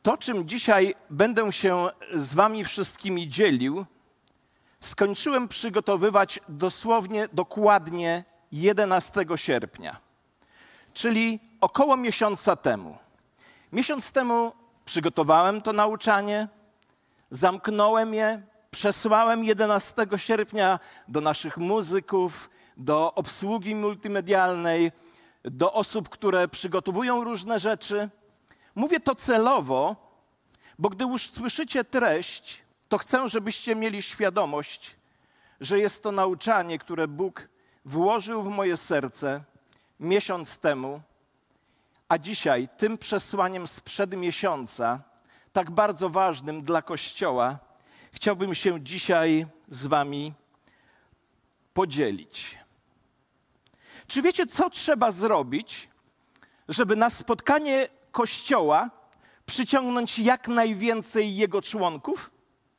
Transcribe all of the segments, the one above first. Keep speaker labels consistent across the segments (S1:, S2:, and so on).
S1: To, czym dzisiaj będę się z wami wszystkimi dzielił, skończyłem przygotowywać dokładnie 11 sierpnia, czyli około miesiąca temu. Miesiąc temu przygotowałem to nauczanie, zamknąłem je, przesłałem 11 sierpnia do naszych muzyków, do obsługi multimedialnej, do osób, które przygotowują różne rzeczy. Mówię to celowo, bo gdy już słyszycie treść, to chcę, żebyście mieli świadomość, że jest to nauczanie, które Bóg włożył w moje serce miesiąc temu, a dzisiaj tym przesłaniem sprzed miesiąca, tak bardzo ważnym dla Kościoła, chciałbym się dzisiaj z wami podzielić. Czy wiecie, co trzeba zrobić, żeby na spotkanie Kościoła przyciągnąć jak najwięcej jego członków?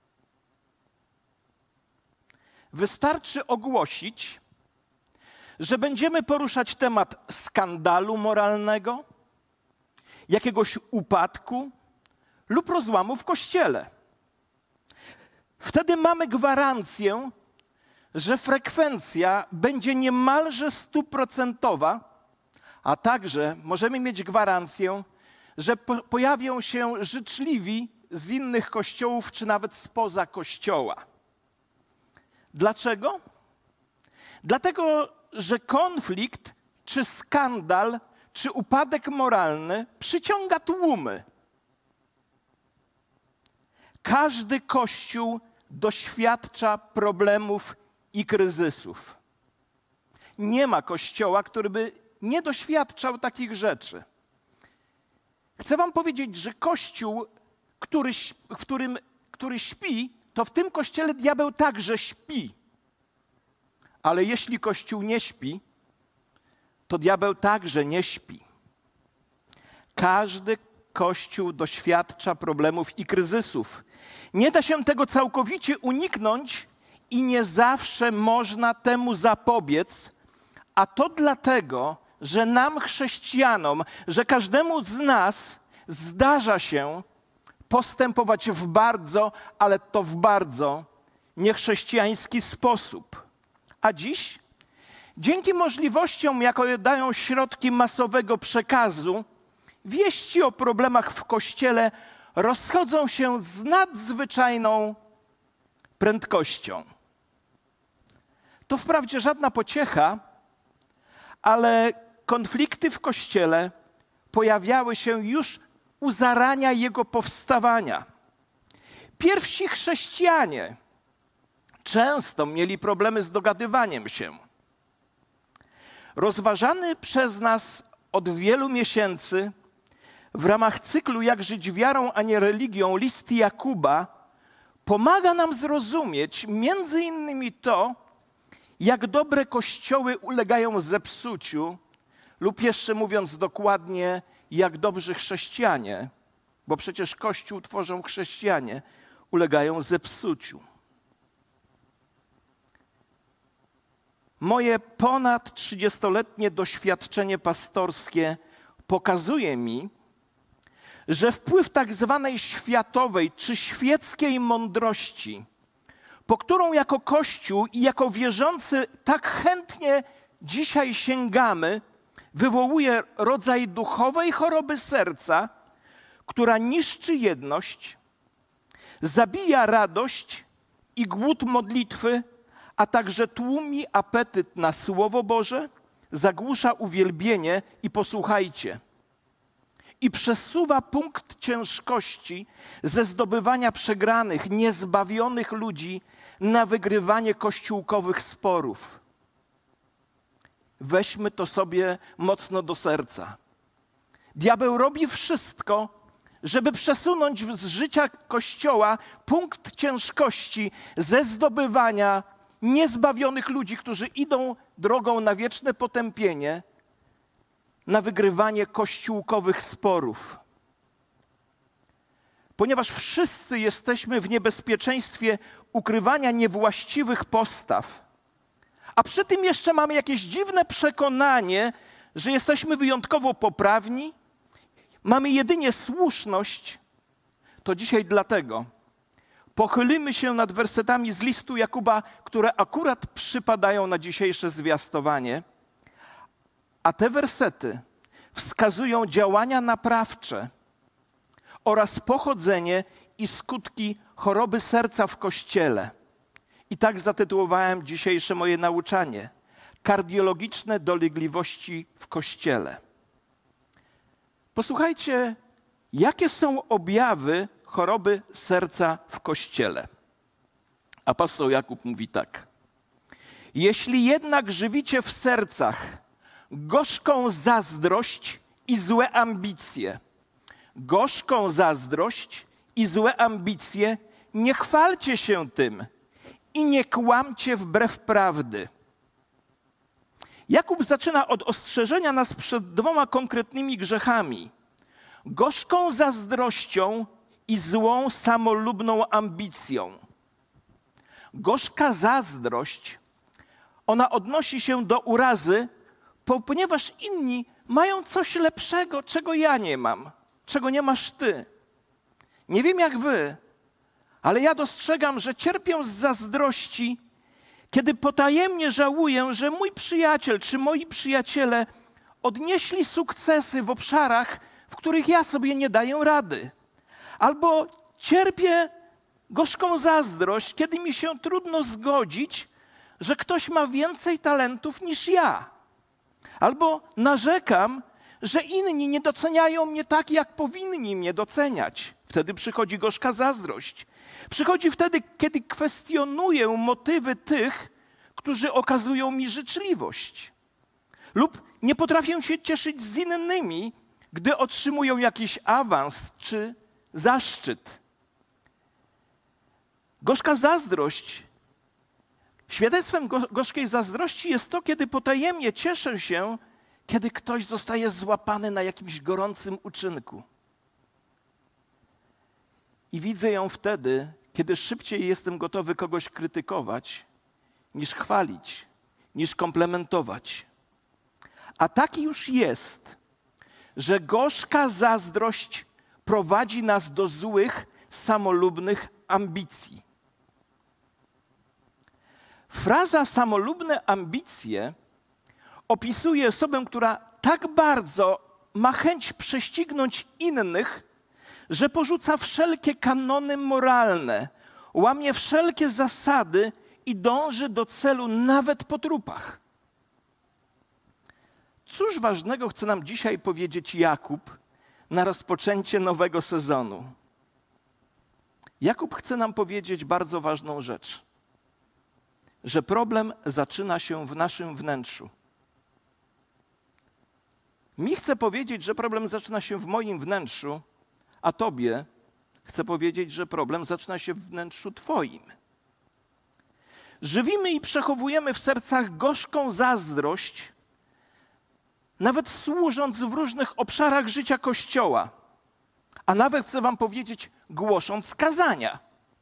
S1: Wystarczy ogłosić, że będziemy poruszać temat skandalu moralnego, jakiegoś upadku lub rozłamu w Kościele. Wtedy mamy gwarancję, że frekwencja będzie niemalże 100%, a także możemy mieć gwarancję, że pojawią się życzliwi z innych kościołów, czy nawet spoza Kościoła. Dlaczego? Dlatego, że konflikt, czy skandal, czy upadek moralny przyciąga tłumy. Każdy kościół doświadcza problemów i kryzysów. Nie ma kościoła, który by nie doświadczał takich rzeczy. Chcę wam powiedzieć, że kościół, który śpi, to w tym kościele diabeł także śpi. Ale jeśli kościół nie śpi, to diabeł także nie śpi. Każdy kościół doświadcza problemów i kryzysów. Nie da się tego całkowicie uniknąć i nie zawsze można temu zapobiec, a to dlatego, że nam, chrześcijanom, że każdemu z nas zdarza się postępować w bardzo, ale to w bardzo niechrześcijański sposób. A dziś, dzięki możliwościom, jakie dają środki masowego przekazu, wieści o problemach w Kościele rozchodzą się z nadzwyczajną prędkością. To wprawdzie żadna pociecha, ale konflikty w Kościele pojawiały się już u zarania jego powstawania. Pierwsi chrześcijanie często mieli problemy z dogadywaniem się. Rozważany przez nas od wielu miesięcy w ramach cyklu Jak żyć wiarą, a nie religią, list Jakuba pomaga nam zrozumieć między innymi to, jak dobre kościoły ulegają zepsuciu, lub jeszcze mówiąc dokładnie, jak dobrzy chrześcijanie, bo przecież Kościół tworzą chrześcijanie, ulegają zepsuciu. Moje ponad 30-letnie doświadczenie pastorskie pokazuje mi, że wpływ tak zwanej światowej czy świeckiej mądrości, po którą jako Kościół i jako wierzący tak chętnie dzisiaj sięgamy, wywołuje rodzaj duchowej choroby serca, która niszczy jedność, zabija radość i głód modlitwy, a także tłumi apetyt na Słowo Boże, zagłusza uwielbienie i posłuchajcie, i przesuwa punkt ciężkości ze zdobywania przegranych, niezbawionych ludzi na wygrywanie kościółkowych sporów. Weźmy to sobie mocno do serca. Diabeł robi wszystko, żeby przesunąć z życia Kościoła punkt ciężkości ze zdobywania niezbawionych ludzi, którzy idą drogą na wieczne potępienie, na wygrywanie kościółkowych sporów. Ponieważ wszyscy jesteśmy w niebezpieczeństwie ukrywania niewłaściwych postaw, a przy tym jeszcze mamy jakieś dziwne przekonanie, że jesteśmy wyjątkowo poprawni, mamy jedynie słuszność, to dzisiaj dlatego pochylimy się nad wersetami z listu Jakuba, które akurat przypadają na dzisiejsze zwiastowanie, a te wersety wskazują działania naprawcze oraz pochodzenie i skutki choroby serca w Kościele. I tak zatytułowałem dzisiejsze moje nauczanie: kardiologiczne dolegliwości w Kościele. Posłuchajcie, jakie są objawy choroby serca w Kościele. Apostoł Jakub mówi tak: jeśli jednak żywicie w sercach gorzką zazdrość i złe ambicje, nie chwalcie się tym i nie kłamcie wbrew prawdy. Jakub zaczyna od ostrzeżenia nas przed dwoma konkretnymi grzechami: gorzką zazdrością i złą, samolubną ambicją. Gorzka zazdrość, ona odnosi się do urazy, ponieważ inni mają coś lepszego, czego ja nie mam, czego nie masz ty. Nie wiem jak wy, ale ja dostrzegam, że cierpię z zazdrości, kiedy potajemnie żałuję, że mój przyjaciel czy moi przyjaciele odnieśli sukcesy w obszarach, w których ja sobie nie daję rady. Albo cierpię gorzką zazdrość, kiedy mi się trudno zgodzić, że ktoś ma więcej talentów niż ja. Albo narzekam, że inni nie doceniają mnie tak, jak powinni mnie doceniać. Wtedy przychodzi gorzka zazdrość. Przychodzi wtedy, kiedy kwestionuję motywy tych, którzy okazują mi życzliwość. Lub nie potrafię się cieszyć z innymi, gdy otrzymują jakiś awans czy zaszczyt. Gorzka zazdrość, świadectwem gorzkiej zazdrości jest to, kiedy potajemnie cieszę się, kiedy ktoś zostaje złapany na jakimś gorącym uczynku. I widzę ją wtedy, kiedy szybciej jestem gotowy kogoś krytykować, niż chwalić, niż komplementować. A taki już jest, że gorzka zazdrość prowadzi nas do złych, samolubnych ambicji. Fraza samolubne ambicje opisuje osobę, która tak bardzo ma chęć prześcignąć innych, że porzuca wszelkie kanony moralne, łamie wszelkie zasady i dąży do celu nawet po trupach. Cóż ważnego chce nam dzisiaj powiedzieć Jakub na rozpoczęcie nowego sezonu? Jakub chce nam powiedzieć bardzo ważną rzecz, że problem zaczyna się w naszym wnętrzu. Mi chce powiedzieć, że problem zaczyna się w moim wnętrzu, a tobie chcę powiedzieć, że problem zaczyna się w wnętrzu twoim. Żywimy i przechowujemy w sercach gorzką zazdrość, nawet służąc w różnych obszarach życia Kościoła, a nawet chcę wam powiedzieć, głosząc kazania.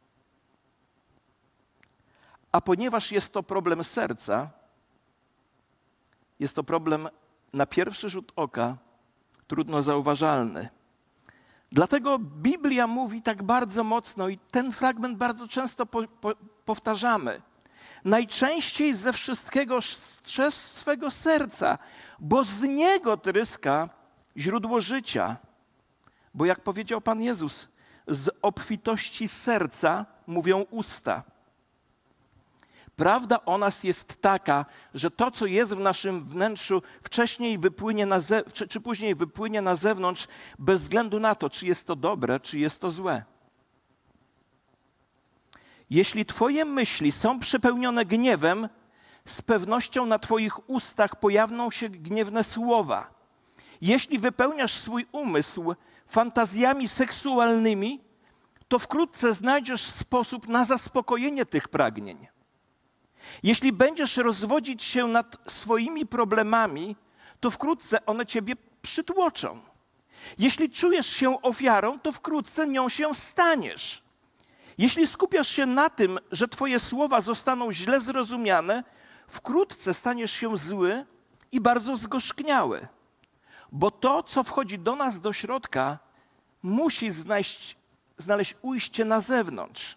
S1: A ponieważ jest to problem serca, jest to problem na pierwszy rzut oka trudno zauważalny. Dlatego Biblia mówi tak bardzo mocno i ten fragment bardzo często powtarzamy. Najczęściej ze wszystkiego strzeż swego serca, bo z niego tryska źródło życia. Bo jak powiedział Pan Jezus, z obfitości serca mówią usta. Prawda o nas jest taka, że to, co jest w naszym wnętrzu, wcześniej wypłynie czy później wypłynie na zewnątrz, bez względu na to, czy jest to dobre, czy jest to złe. Jeśli twoje myśli są przepełnione gniewem, z pewnością na twoich ustach pojawią się gniewne słowa. Jeśli wypełniasz swój umysł fantazjami seksualnymi, to wkrótce znajdziesz sposób na zaspokojenie tych pragnień. Jeśli będziesz rozwodzić się nad swoimi problemami, to wkrótce one ciebie przytłoczą. Jeśli czujesz się ofiarą, to wkrótce nią się staniesz. Jeśli skupiasz się na tym, że twoje słowa zostaną źle zrozumiane, wkrótce staniesz się zły i bardzo zgorzkniały. Bo to, co wchodzi do nas do środka, musi znaleźć znaleźć ujście na zewnątrz.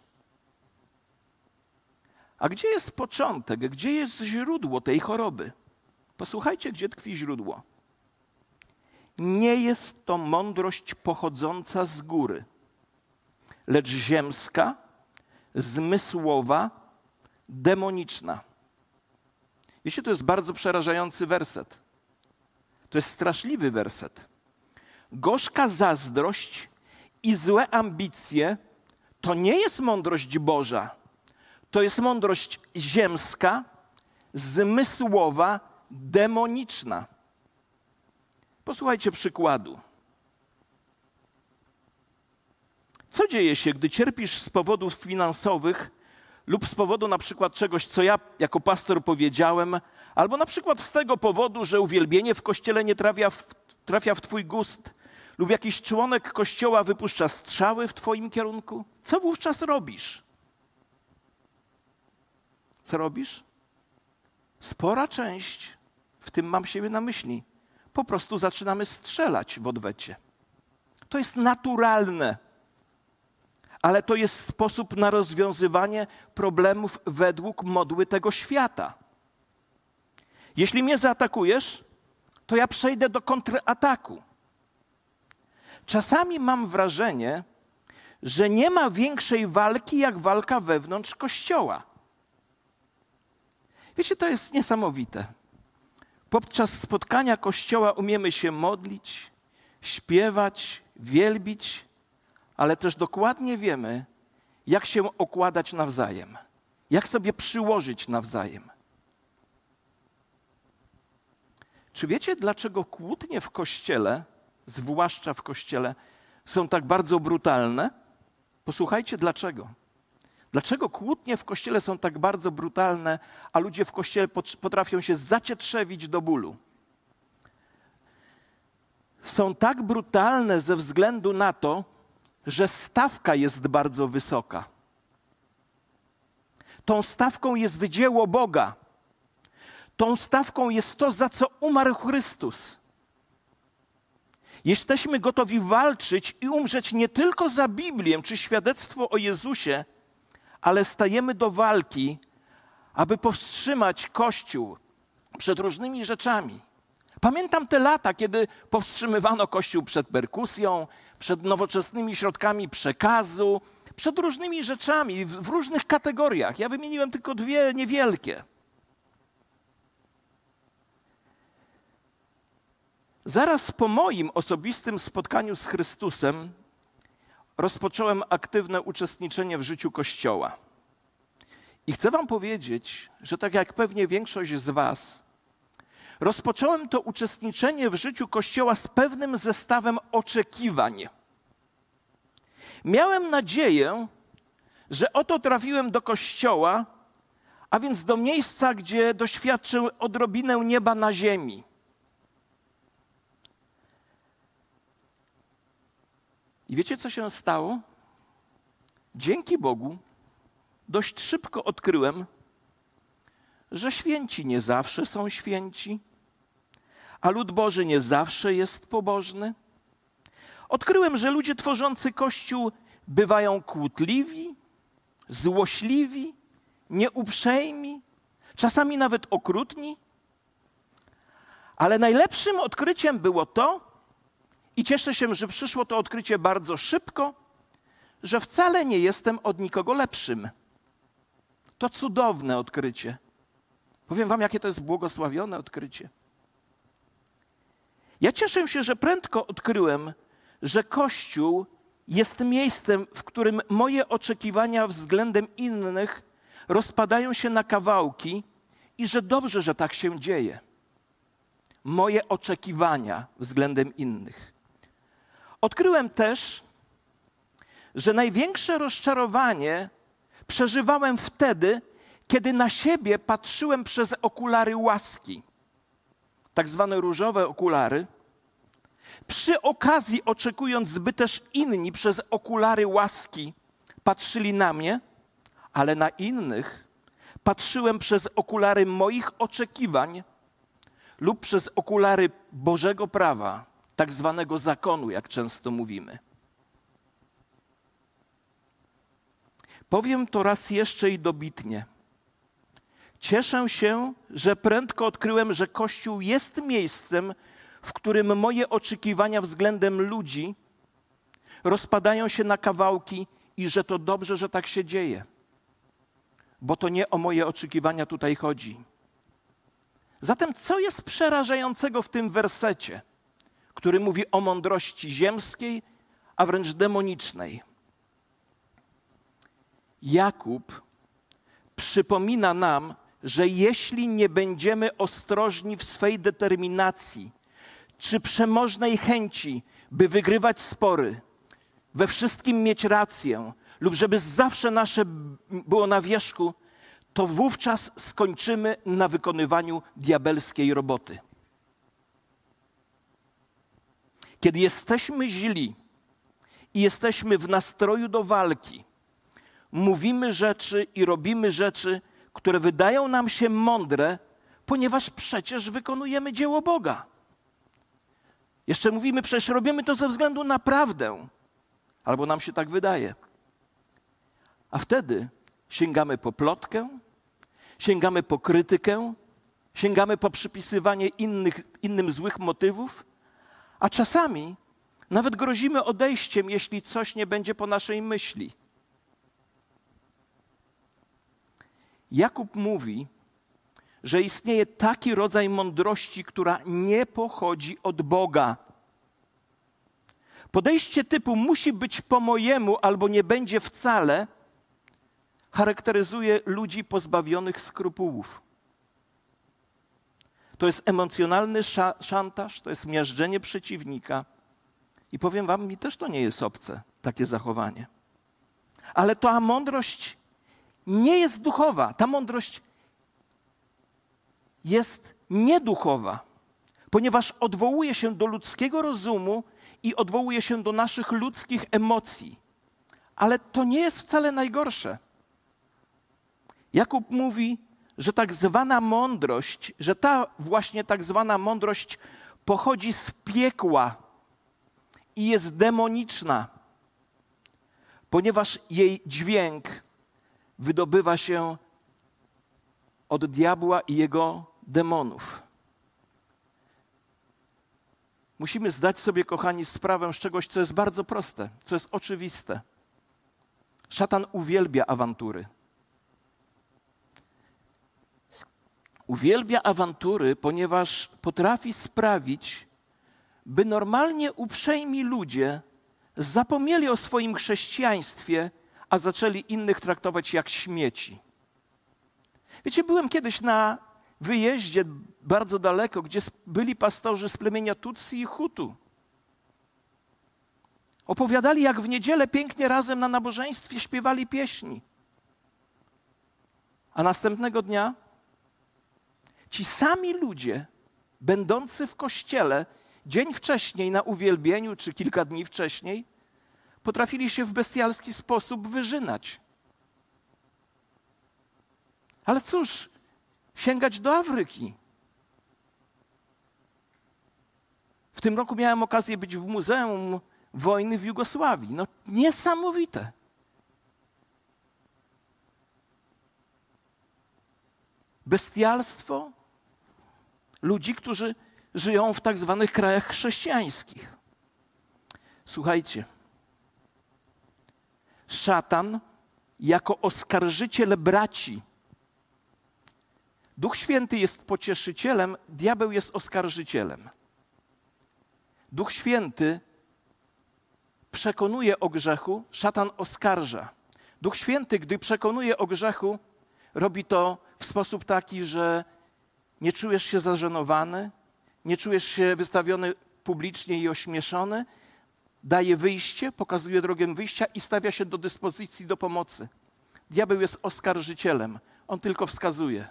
S1: A gdzie jest początek? Gdzie jest źródło tej choroby? Posłuchajcie, gdzie tkwi źródło. Nie jest to mądrość pochodząca z góry, lecz ziemska, zmysłowa, demoniczna. Wiecie, to jest bardzo przerażający werset. To jest straszliwy werset. Gorzka zazdrość i złe ambicje to nie jest mądrość Boża. To jest mądrość ziemska, zmysłowa, demoniczna. Posłuchajcie przykładu. Co dzieje się, gdy cierpisz z powodów finansowych lub z powodu na przykład czegoś, co ja jako pastor powiedziałem, albo na przykład z tego powodu, że uwielbienie w kościele nie trafia w twój gust lub jakiś członek kościoła wypuszcza strzały w twoim kierunku? Co wówczas robisz? Co robisz? Spora część, w tym mam siebie na myśli, po prostu zaczynamy strzelać w odwecie. To jest naturalne, ale to jest sposób na rozwiązywanie problemów według modły tego świata. Jeśli mnie zaatakujesz, to ja przejdę do kontrataku. Czasami mam wrażenie, że nie ma większej walki jak walka wewnątrz Kościoła. Wiecie, to jest niesamowite. Podczas spotkania Kościoła umiemy się modlić, śpiewać, wielbić, ale też dokładnie wiemy, jak się okładać nawzajem, jak sobie przyłożyć nawzajem. Czy wiecie, dlaczego kłótnie w Kościele, zwłaszcza w Kościele, są tak bardzo brutalne? Posłuchajcie, dlaczego. Dlaczego kłótnie w Kościele są tak bardzo brutalne, a ludzie w Kościele potrafią się zacietrzewić do bólu? Są tak brutalne ze względu na to, że stawka jest bardzo wysoka. Tą stawką jest dzieło Boga. Tą stawką jest to, za co umarł Chrystus. Jesteśmy gotowi walczyć i umrzeć nie tylko za Biblię czy świadectwo o Jezusie, ale stajemy do walki, aby powstrzymać Kościół przed różnymi rzeczami. Pamiętam te lata, kiedy powstrzymywano Kościół przed perkusją, przed nowoczesnymi środkami przekazu, przed różnymi rzeczami w różnych kategoriach. Ja wymieniłem tylko dwie niewielkie. Zaraz po moim osobistym spotkaniu z Chrystusem rozpocząłem aktywne uczestniczenie w życiu Kościoła. I chcę wam powiedzieć, że tak jak pewnie większość z was, rozpocząłem to uczestniczenie w życiu Kościoła z pewnym zestawem oczekiwań. Miałem nadzieję, że oto trafiłem do Kościoła, a więc do miejsca, gdzie doświadczę odrobinę nieba na ziemi. I wiecie, co się stało? Dzięki Bogu dość szybko odkryłem, że święci nie zawsze są święci, a lud Boży nie zawsze jest pobożny. Odkryłem, że ludzie tworzący Kościół bywają kłótliwi, złośliwi, nieuprzejmi, czasami nawet okrutni. Ale najlepszym odkryciem było to, i cieszę się, że przyszło to odkrycie bardzo szybko, że wcale nie jestem od nikogo lepszym. To cudowne odkrycie. Powiem wam, jakie to jest błogosławione odkrycie. Ja cieszę się, że prędko odkryłem, że Kościół jest miejscem, w którym moje oczekiwania względem innych rozpadają się na kawałki i że dobrze, że tak się dzieje. Moje oczekiwania względem innych. Odkryłem też, że największe rozczarowanie przeżywałem wtedy, kiedy na siebie patrzyłem przez okulary łaski, tak zwane różowe okulary, przy okazji oczekując, by też inni przez okulary łaski patrzyli na mnie, ale na innych patrzyłem przez okulary moich oczekiwań lub przez okulary Bożego prawa, tak zwanego zakonu, jak często mówimy. Powiem to raz jeszcze i dobitnie. Cieszę się, że prędko odkryłem, że Kościół jest miejscem, w którym moje oczekiwania względem ludzi rozpadają się na kawałki i że to dobrze, że tak się dzieje. Bo to nie o moje oczekiwania tutaj chodzi. Zatem co jest przerażającego w tym wersecie, który mówi o mądrości ziemskiej, a wręcz demonicznej? Jakub przypomina nam, że jeśli nie będziemy ostrożni w swej determinacji czy przemożnej chęci, by wygrywać spory, we wszystkim mieć rację lub żeby zawsze nasze było na wierzchu, to wówczas skończymy na wykonywaniu diabelskiej roboty. Kiedy jesteśmy źli i jesteśmy w nastroju do walki, mówimy rzeczy i robimy rzeczy, które wydają nam się mądre, ponieważ przecież wykonujemy dzieło Boga. Jeszcze mówimy, przecież robimy to ze względu na prawdę, albo nam się tak wydaje. A wtedy sięgamy po plotkę, sięgamy po krytykę, sięgamy po przypisywanie innym złych motywów, a czasami nawet grozimy odejściem, jeśli coś nie będzie po naszej myśli. Jakub mówi, że istnieje taki rodzaj mądrości, która nie pochodzi od Boga. Podejście typu musi być po mojemu albo nie będzie wcale charakteryzuje ludzi pozbawionych skrupułów. To jest emocjonalny szantaż, to jest miażdżenie przeciwnika. I powiem wam, mi też to nie jest obce, takie zachowanie. Ale ta mądrość nie jest duchowa. Ta mądrość jest nieduchowa, ponieważ odwołuje się do ludzkiego rozumu i odwołuje się do naszych ludzkich emocji. Ale to nie jest wcale najgorsze. Jakub mówi, że tak zwana mądrość, że ta właśnie tak zwana mądrość pochodzi z piekła i jest demoniczna, ponieważ jej dźwięk wydobywa się od diabła i jego demonów. Musimy zdać sobie, kochani, sprawę z czegoś, co jest bardzo proste, co jest oczywiste. Szatan uwielbia awantury. Uwielbia awantury, ponieważ potrafi sprawić, by normalnie uprzejmi ludzie zapomnieli o swoim chrześcijaństwie, a zaczęli innych traktować jak śmieci. Wiecie, byłem kiedyś na wyjeździe bardzo daleko, gdzie byli pastorzy z plemienia Tutsi i Hutu. Opowiadali, jak w niedzielę pięknie razem na nabożeństwie śpiewali pieśni. A następnego dnia ci sami ludzie, będący w kościele dzień wcześniej na uwielbieniu, czy kilka dni wcześniej, potrafili się w bestialski sposób wyżynać. Ale cóż, sięgać do Afryki. W tym roku miałem okazję być w Muzeum Wojny w Jugosławii. No niesamowite. Bestialstwo ludzi, którzy żyją w tak zwanych krajach chrześcijańskich. Słuchajcie, szatan jako oskarżyciel braci. Duch Święty jest pocieszycielem, diabeł jest oskarżycielem. Duch Święty przekonuje o grzechu, szatan oskarża. Duch Święty, gdy przekonuje o grzechu, robi to w sposób taki, że nie czujesz się zażenowany, nie czujesz się wystawiony publicznie i ośmieszony, daje wyjście, pokazuje drogę wyjścia i stawia się do dyspozycji do pomocy. Diabeł jest oskarżycielem, on tylko wskazuje.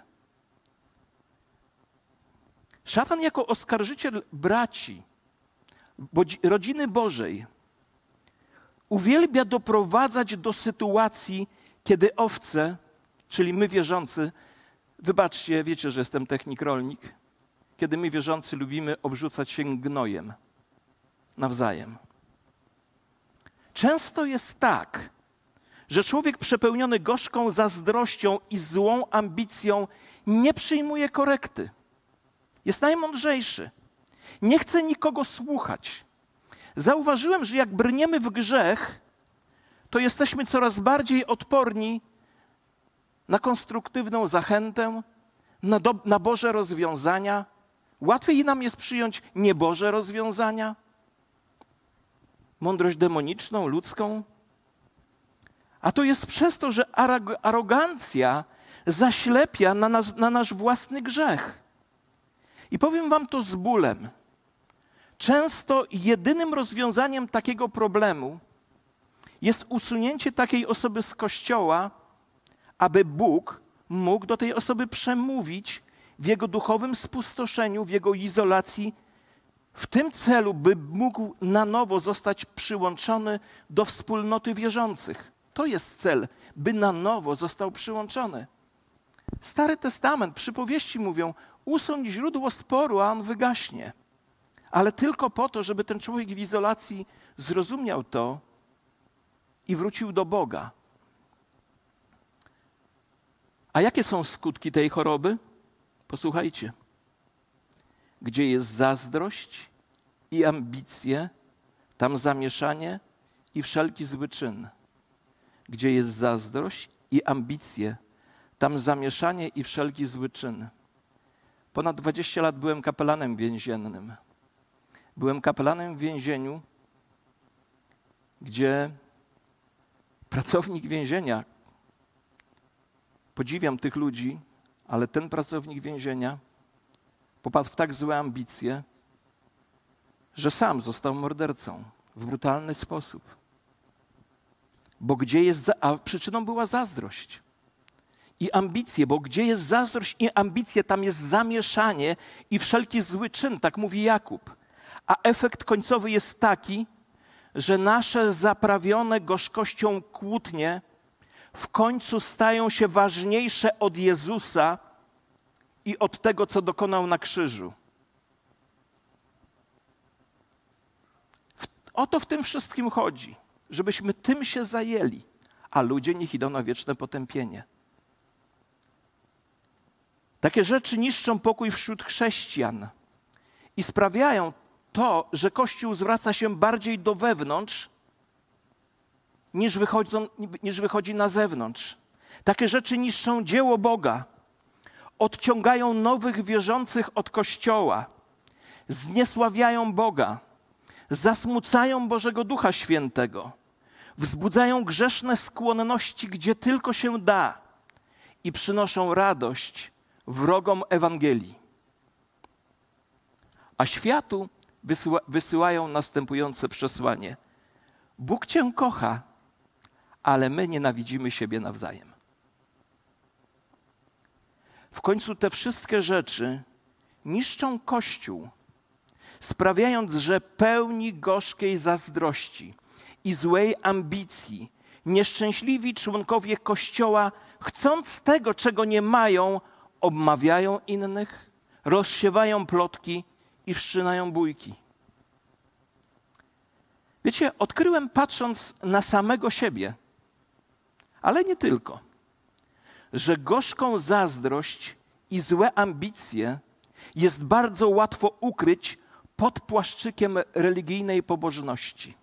S1: Szatan jako oskarżyciel braci, rodziny Bożej, uwielbia doprowadzać do sytuacji, kiedy owce, czyli my wierzący, wybaczcie, wiecie, że jestem technik rolnik, kiedy my wierzący lubimy obrzucać się gnojem nawzajem. Często jest tak, że człowiek przepełniony gorzką zazdrością i złą ambicją nie przyjmuje korekty. Jest najmądrzejszy. Nie chce nikogo słuchać. Zauważyłem, że jak brniemy w grzech, to jesteśmy coraz bardziej odporni na konstruktywną zachętę, na Boże rozwiązania. Łatwiej nam jest przyjąć nieboże rozwiązania, mądrość demoniczną, ludzką. A to jest przez to, że arogancja zaślepia na nasz własny grzech. I powiem wam to z bólem. Często jedynym rozwiązaniem takiego problemu jest usunięcie takiej osoby z Kościoła, aby Bóg mógł do tej osoby przemówić w jego duchowym spustoszeniu, w jego izolacji, w tym celu, by mógł na nowo zostać przyłączony do wspólnoty wierzących. To jest cel, by na nowo został przyłączony. Stary Testament, przypowieści mówią, usuń źródło sporu, a on wygaśnie. Ale tylko po to, żeby ten człowiek w izolacji zrozumiał to i wrócił do Boga. A jakie są skutki tej choroby? Posłuchajcie. Gdzie jest zazdrość i ambicje, tam zamieszanie i wszelki zły czyn. Gdzie jest zazdrość i ambicje, tam zamieszanie i wszelki zły czyn. Ponad 20 lat byłem kapelanem więziennym. Byłem kapelanem w więzieniu, gdzie pracownik więzienia, podziwiam tych ludzi, ale ten pracownik więzienia popadł w tak złe ambicje, że sam został mordercą w brutalny sposób. Bo gdzie jest, a przyczyną była zazdrość i ambicje, bo gdzie jest zazdrość i ambicje, tam jest zamieszanie i wszelki zły czyn, tak mówi Jakub. A efekt końcowy jest taki, że nasze zaprawione gorzkością kłótnie w końcu stają się ważniejsze od Jezusa i od tego, co dokonał na krzyżu. O to w tym wszystkim chodzi, żebyśmy tym się zajęli, a ludzie niech idą na wieczne potępienie. Takie rzeczy niszczą pokój wśród chrześcijan i sprawiają to, że Kościół zwraca się bardziej do wewnątrz, niż wychodzi na zewnątrz. Takie rzeczy niszczą dzieło Boga, odciągają nowych wierzących od Kościoła, zniesławiają Boga, zasmucają Bożego Ducha Świętego, wzbudzają grzeszne skłonności, gdzie tylko się da i przynoszą radość wrogom Ewangelii. A światu wysyłają następujące przesłanie. Bóg cię kocha, ale my nienawidzimy siebie nawzajem. W końcu te wszystkie rzeczy niszczą Kościół, sprawiając, że pełni gorzkiej zazdrości i złej ambicji nieszczęśliwi członkowie Kościoła, chcąc tego, czego nie mają, obmawiają innych, rozsiewają plotki i wszczynają bójki. Wiecie, odkryłem patrząc na samego siebie, ale nie tylko, że gorzką zazdrość i złe ambicje jest bardzo łatwo ukryć pod płaszczykiem religijnej pobożności.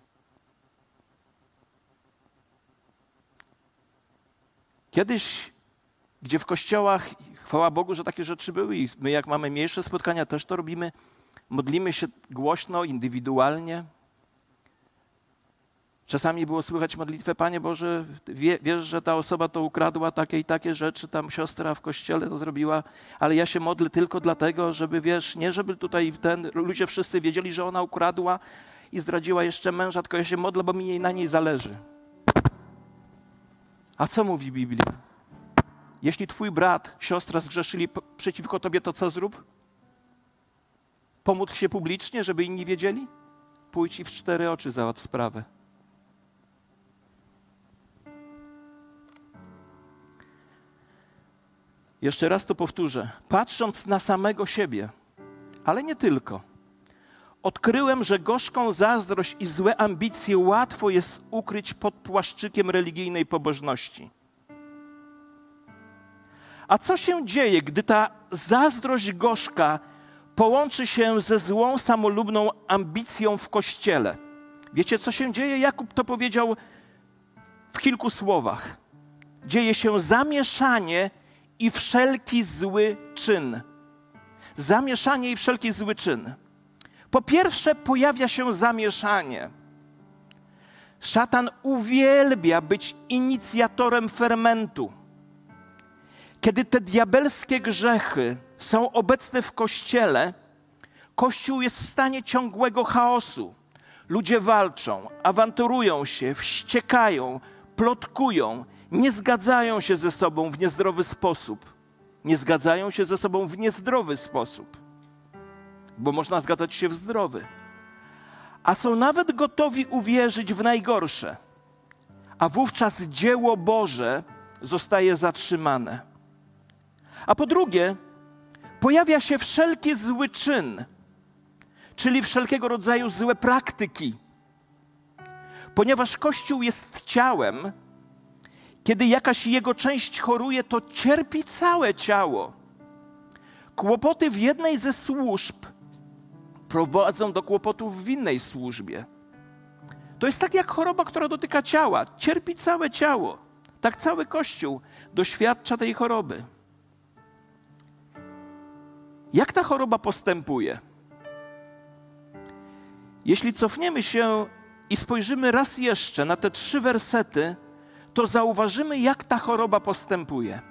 S1: Kiedyś, gdzie w kościołach, chwała Bogu, że takie rzeczy były i my jak mamy mniejsze spotkania, też to robimy, modlimy się głośno, indywidualnie. Czasami było słychać modlitwę, Panie Boże, wiesz, że ta osoba to ukradła takie i takie rzeczy, tam siostra w kościele to zrobiła, ale ja się modlę tylko dlatego, żeby, wiesz, nie żeby tutaj ludzie wszyscy wiedzieli, że ona ukradła i zdradziła jeszcze męża, tylko ja się modlę, bo mi na niej zależy. A co mówi Biblia? Jeśli twój brat, siostra zgrzeszyli przeciwko tobie, to co zrób? Pomódl się publicznie, żeby inni wiedzieli? Pójdź i w 4 oczy załatw sprawę. Jeszcze raz to powtórzę. Patrząc na samego siebie, ale nie tylko, odkryłem, że gorzką zazdrość i złe ambicje łatwo jest ukryć pod płaszczykiem religijnej pobożności. A co się dzieje, gdy ta zazdrość gorzka połączy się ze złą, samolubną ambicją w Kościele? Wiecie, co się dzieje? Jakub to powiedział w kilku słowach. Dzieje się zamieszanie i wszelki zły czyn. Zamieszanie i wszelki zły czyn. Po pierwsze, pojawia się zamieszanie. Szatan uwielbia być inicjatorem fermentu. Kiedy te diabelskie grzechy są obecne w Kościele, Kościół jest w stanie ciągłego chaosu. Ludzie walczą, awanturują się, wściekają, plotkują, nie zgadzają się ze sobą w niezdrowy sposób. Nie zgadzają się ze sobą w niezdrowy sposób, bo można zgadzać się w zdrowy. A są nawet gotowi uwierzyć w najgorsze, a wówczas dzieło Boże zostaje zatrzymane. A po drugie, pojawia się wszelki zły czyn, czyli wszelkiego rodzaju złe praktyki. Ponieważ Kościół jest ciałem, kiedy jakaś jego część choruje, to cierpi całe ciało. Kłopoty w jednej ze służb prowadzą do kłopotów w innej służbie. To jest tak jak choroba, która dotyka ciała. Cierpi całe ciało. Tak cały Kościół doświadcza tej choroby. Jak ta choroba postępuje? Jeśli cofniemy się i spojrzymy raz jeszcze na te 3 wersety, to zauważymy, jak ta choroba postępuje.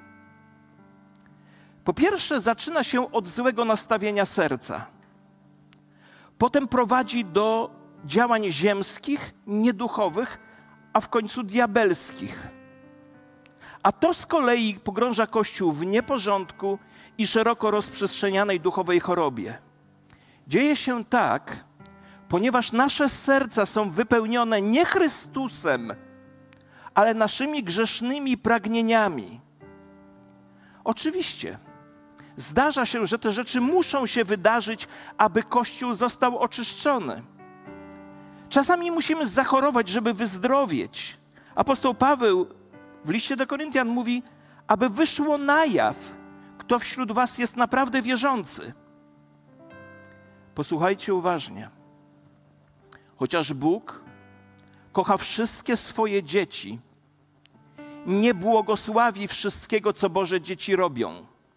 S1: Po pierwsze, zaczyna się od złego nastawienia serca. Potem prowadzi do działań ziemskich, nieduchowych, a w końcu diabelskich. A to z kolei pogrąża Kościół w nieporządku i szeroko rozprzestrzenianej duchowej chorobie. Dzieje się tak, ponieważ nasze serca są wypełnione nie Chrystusem, ale naszymi grzesznymi pragnieniami. Oczywiście, zdarza się, że te rzeczy muszą się wydarzyć, aby Kościół został oczyszczony. Czasami musimy zachorować, żeby wyzdrowieć. Apostoł Paweł w liście do Koryntian mówi, aby wyszło na jaw, kto wśród was jest naprawdę wierzący. Posłuchajcie uważnie. Chociaż Bóg kocha wszystkie swoje dzieci, nie błogosławi wszystkiego, co Boże dzieci robią.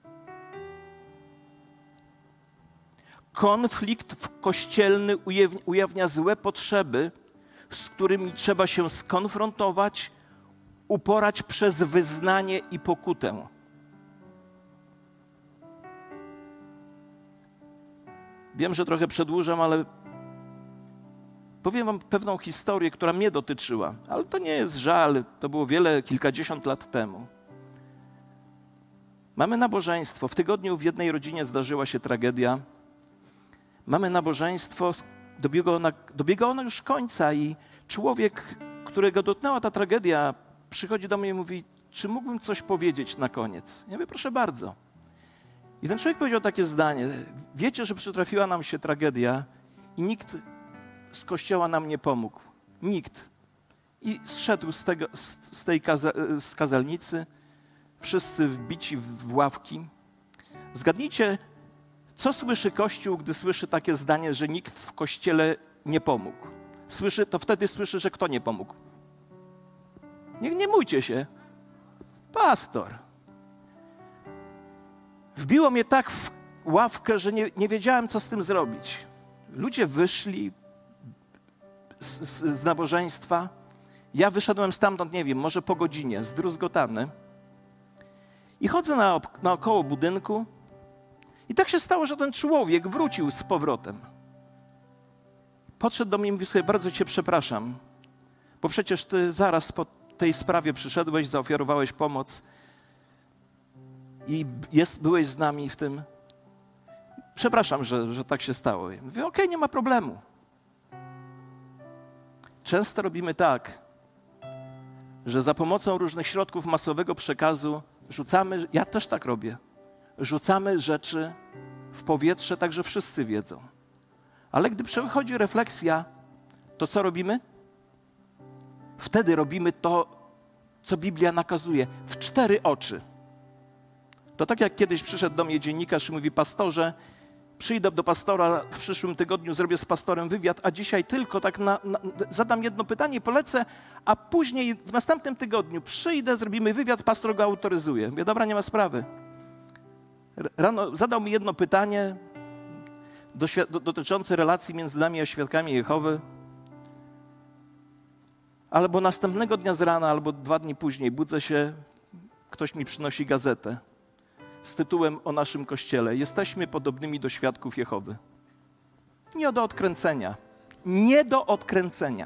S1: Konflikt kościelny ujawnia złe potrzeby, z którymi trzeba się skonfrontować, uporać przez wyznanie i pokutę. Wiem, że trochę przedłużam, ale powiem wam pewną historię, która mnie dotyczyła. Ale to nie jest żal, to było kilkadziesiąt lat temu. Mamy nabożeństwo. W tygodniu w jednej rodzinie zdarzyła się tragedia. Mamy nabożeństwo, dobiega ona już końca i człowiek, którego dotknęła ta tragedia, przychodzi do mnie i mówi, czy mógłbym coś powiedzieć na koniec? Ja mówię, proszę bardzo. I ten człowiek powiedział takie zdanie, wiecie, że przytrafiła nam się tragedia i nikt z kościoła nam nie pomógł. Nikt. I zszedł z kazalnicy, wszyscy wbici w ławki. Zgadnijcie, co słyszy Kościół, gdy słyszy takie zdanie, że nikt w Kościele nie pomógł? Wtedy słyszy, że kto nie pomógł? Nie mójcie się. Pastor. Wbiło mnie tak w ławkę, że nie wiedziałem, co z tym zrobić. Ludzie wyszli z nabożeństwa. Ja wyszedłem stamtąd, nie wiem, może po godzinie, zdruzgotany. I chodzę naokoło budynku. I tak się stało, że ten człowiek wrócił z powrotem. Podszedł do mnie i mówi, sobie, bardzo cię przepraszam, bo przecież ty zaraz po tej sprawie przyszedłeś, zaofiarowałeś pomoc i byłeś z nami w tym. Przepraszam, że tak się stało. Ja mówię, okej, nie ma problemu. Często robimy tak, że za pomocą różnych środków masowego przekazu rzucamy, ja też tak robię, rzucamy rzeczy w powietrze, tak że wszyscy wiedzą. Ale gdy przychodzi refleksja, to co robimy? Wtedy robimy to, co Biblia nakazuje, w 4 oczy. To tak jak kiedyś przyszedł do mnie dziennikarz i mówi: pastorze, przyjdę do pastora w przyszłym tygodniu, zrobię z pastorem wywiad, a dzisiaj tylko tak zadam jedno pytanie, polecę, a później w następnym tygodniu przyjdę, zrobimy wywiad, pastor go autoryzuje. Mówię: dobra, nie ma sprawy. Rano zadał mi jedno pytanie dotyczące relacji między nami a świadkami Jehowy. Albo następnego dnia z rana, albo 2 dni później budzę się, ktoś mi przynosi gazetę z tytułem o naszym Kościele: jesteśmy podobnymi do świadków Jehowy. Nie do odkręcenia. Nie do odkręcenia.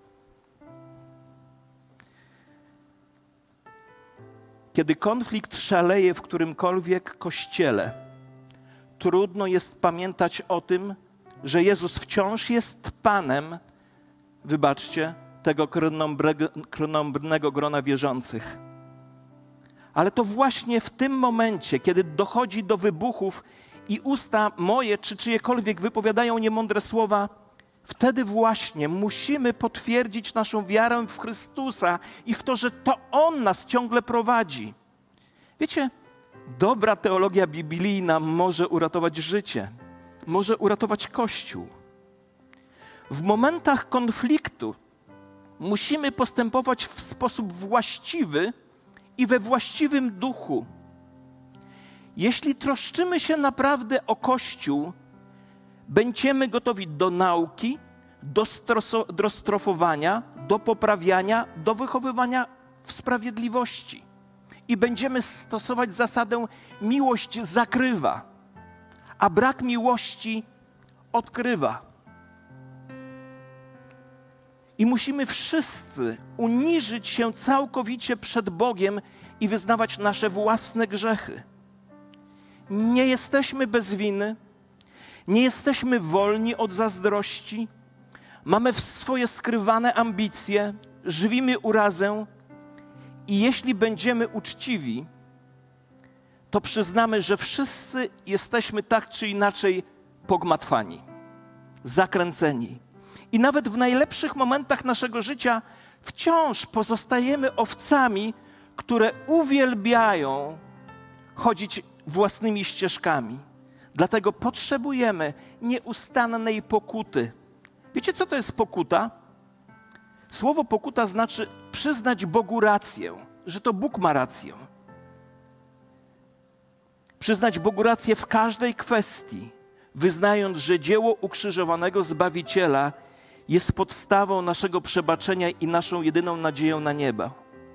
S1: Kiedy konflikt szaleje w którymkolwiek kościele, trudno jest pamiętać o tym, że Jezus wciąż jest Panem, wybaczcie, tego krnąbrnego grona wierzących. Ale to właśnie w tym momencie, kiedy dochodzi do wybuchów i usta moje czy czyjekolwiek wypowiadają niemądre słowa, wtedy właśnie musimy potwierdzić naszą wiarę w Chrystusa i w to, że to On nas ciągle prowadzi. Wiecie, dobra teologia biblijna może uratować życie, może uratować Kościół. W momentach konfliktu musimy postępować w sposób właściwy i we właściwym duchu. Jeśli troszczymy się naprawdę o Kościół, będziemy gotowi do nauki, do strofowania, do poprawiania, do wychowywania w sprawiedliwości. I będziemy stosować zasadę: miłość zakrywa, a brak miłości odkrywa. I musimy wszyscy uniżyć się całkowicie przed Bogiem i wyznawać nasze własne grzechy. Nie jesteśmy bez winy, nie jesteśmy wolni od zazdrości, mamy swoje skrywane ambicje, żywimy urazę i jeśli będziemy uczciwi, to przyznamy, że wszyscy jesteśmy tak czy inaczej pogmatwani, zakręceni. I nawet w najlepszych momentach naszego życia wciąż pozostajemy owcami, które uwielbiają chodzić własnymi ścieżkami. Dlatego potrzebujemy nieustannej pokuty. Wiecie, co to jest pokuta? Słowo pokuta znaczy przyznać Bogu rację, że to Bóg ma rację. Przyznać Bogu rację w każdej kwestii, wyznając, że dzieło ukrzyżowanego Zbawiciela jest podstawą naszego przebaczenia i naszą jedyną nadzieją na niebo.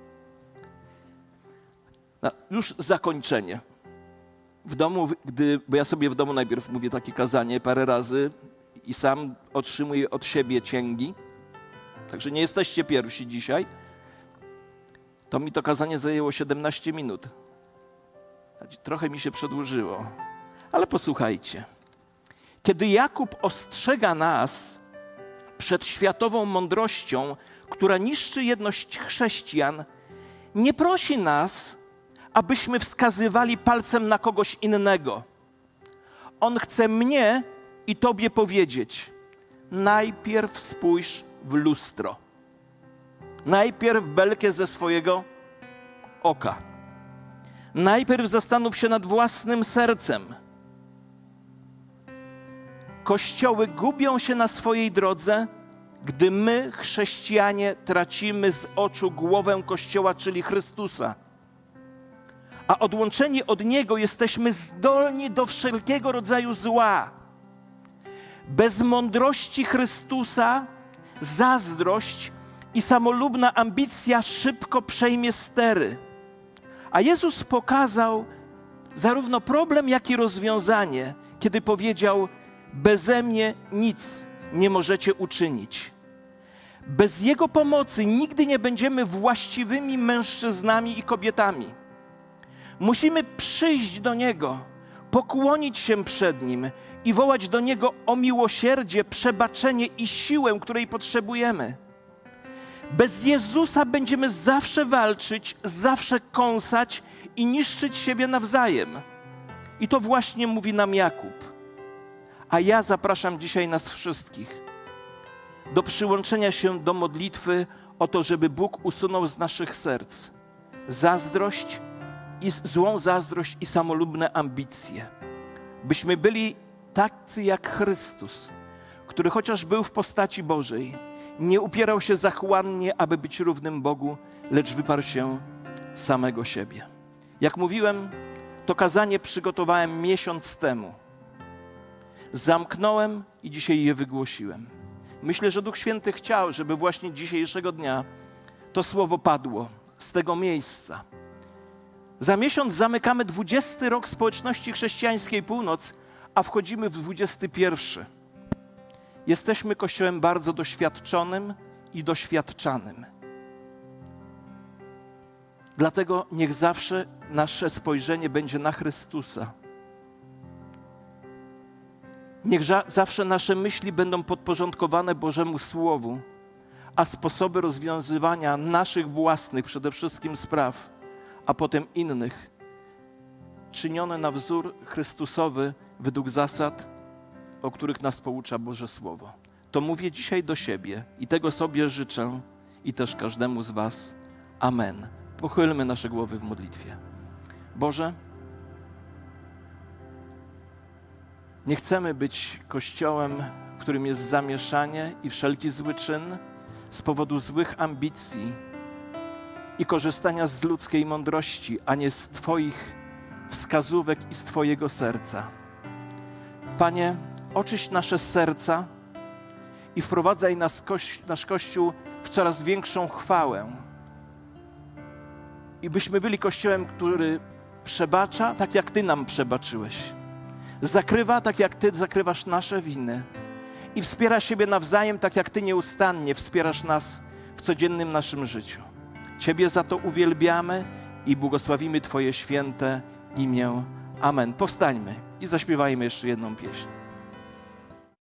S1: Już zakończenie. W domu, bo ja sobie w domu najpierw mówię takie kazanie parę razy i sam otrzymuję od siebie cięgi, także nie jesteście pierwsi dzisiaj, to mi to kazanie zajęło 17 minut. Trochę mi się przedłużyło, ale posłuchajcie. Kiedy Jakub ostrzega nas przed światową mądrością, która niszczy jedność chrześcijan, nie prosi nas, abyśmy wskazywali palcem na kogoś innego. On chce mnie i tobie powiedzieć: najpierw spójrz w lustro. Najpierw belkę ze swojego oka. Najpierw zastanów się nad własnym sercem. Kościoły gubią się na swojej drodze, gdy my, chrześcijanie, tracimy z oczu głowę Kościoła, czyli Chrystusa. A odłączeni od Niego jesteśmy zdolni do wszelkiego rodzaju zła. Bez mądrości Chrystusa zazdrość i samolubna ambicja szybko przejmie stery. A Jezus pokazał zarówno problem, jak i rozwiązanie, kiedy powiedział: beze mnie nic nie możecie uczynić. Bez Jego pomocy nigdy nie będziemy właściwymi mężczyznami i kobietami. Musimy przyjść do Niego, pokłonić się przed Nim i wołać do Niego o miłosierdzie, przebaczenie i siłę, której potrzebujemy. Bez Jezusa będziemy zawsze walczyć, zawsze kąsać i niszczyć siebie nawzajem. I to właśnie mówi nam Jakub. A ja zapraszam dzisiaj nas wszystkich do przyłączenia się do modlitwy o to, żeby Bóg usunął z naszych serc zazdrość, złą zazdrość i samolubne ambicje. Byśmy byli tacy jak Chrystus, który chociaż był w postaci Bożej, nie upierał się zachłannie, aby być równym Bogu, lecz wyparł się samego siebie. Jak mówiłem, to kazanie przygotowałem miesiąc temu. Zamknąłem i dzisiaj je wygłosiłem. Myślę, że Duch Święty chciał, żeby właśnie dzisiejszego dnia to słowo padło z tego miejsca. Za miesiąc zamykamy 20. rok społeczności chrześcijańskiej Północ, a wchodzimy w 21. Jesteśmy Kościołem bardzo doświadczonym i doświadczanym. Dlatego niech zawsze nasze spojrzenie będzie na Chrystusa. Niech zawsze nasze myśli będą podporządkowane Bożemu Słowu, a sposoby rozwiązywania naszych własnych przede wszystkim spraw, a potem innych, czynione na wzór Chrystusowy według zasad, o których nas poucza Boże Słowo. To mówię dzisiaj do siebie i tego sobie życzę i też każdemu z was. Amen. Pochylmy nasze głowy w modlitwie. Boże, nie chcemy być Kościołem, w którym jest zamieszanie i wszelki zły czyn z powodu złych ambicji i korzystania z ludzkiej mądrości, a nie z Twoich wskazówek i z Twojego serca. Panie, oczyść nasze serca i wprowadzaj nasz Kościół w coraz większą chwałę. I byśmy byli Kościołem, który przebacza, tak jak Ty nam przebaczyłeś. Zakrywa, tak jak Ty zakrywasz nasze winy. I wspiera siebie nawzajem, tak jak Ty nieustannie wspierasz nas w codziennym naszym życiu. Ciebie za to uwielbiamy i błogosławimy Twoje święte imię. Amen. Powstańmy i zaśpiewajmy jeszcze jedną pieśń.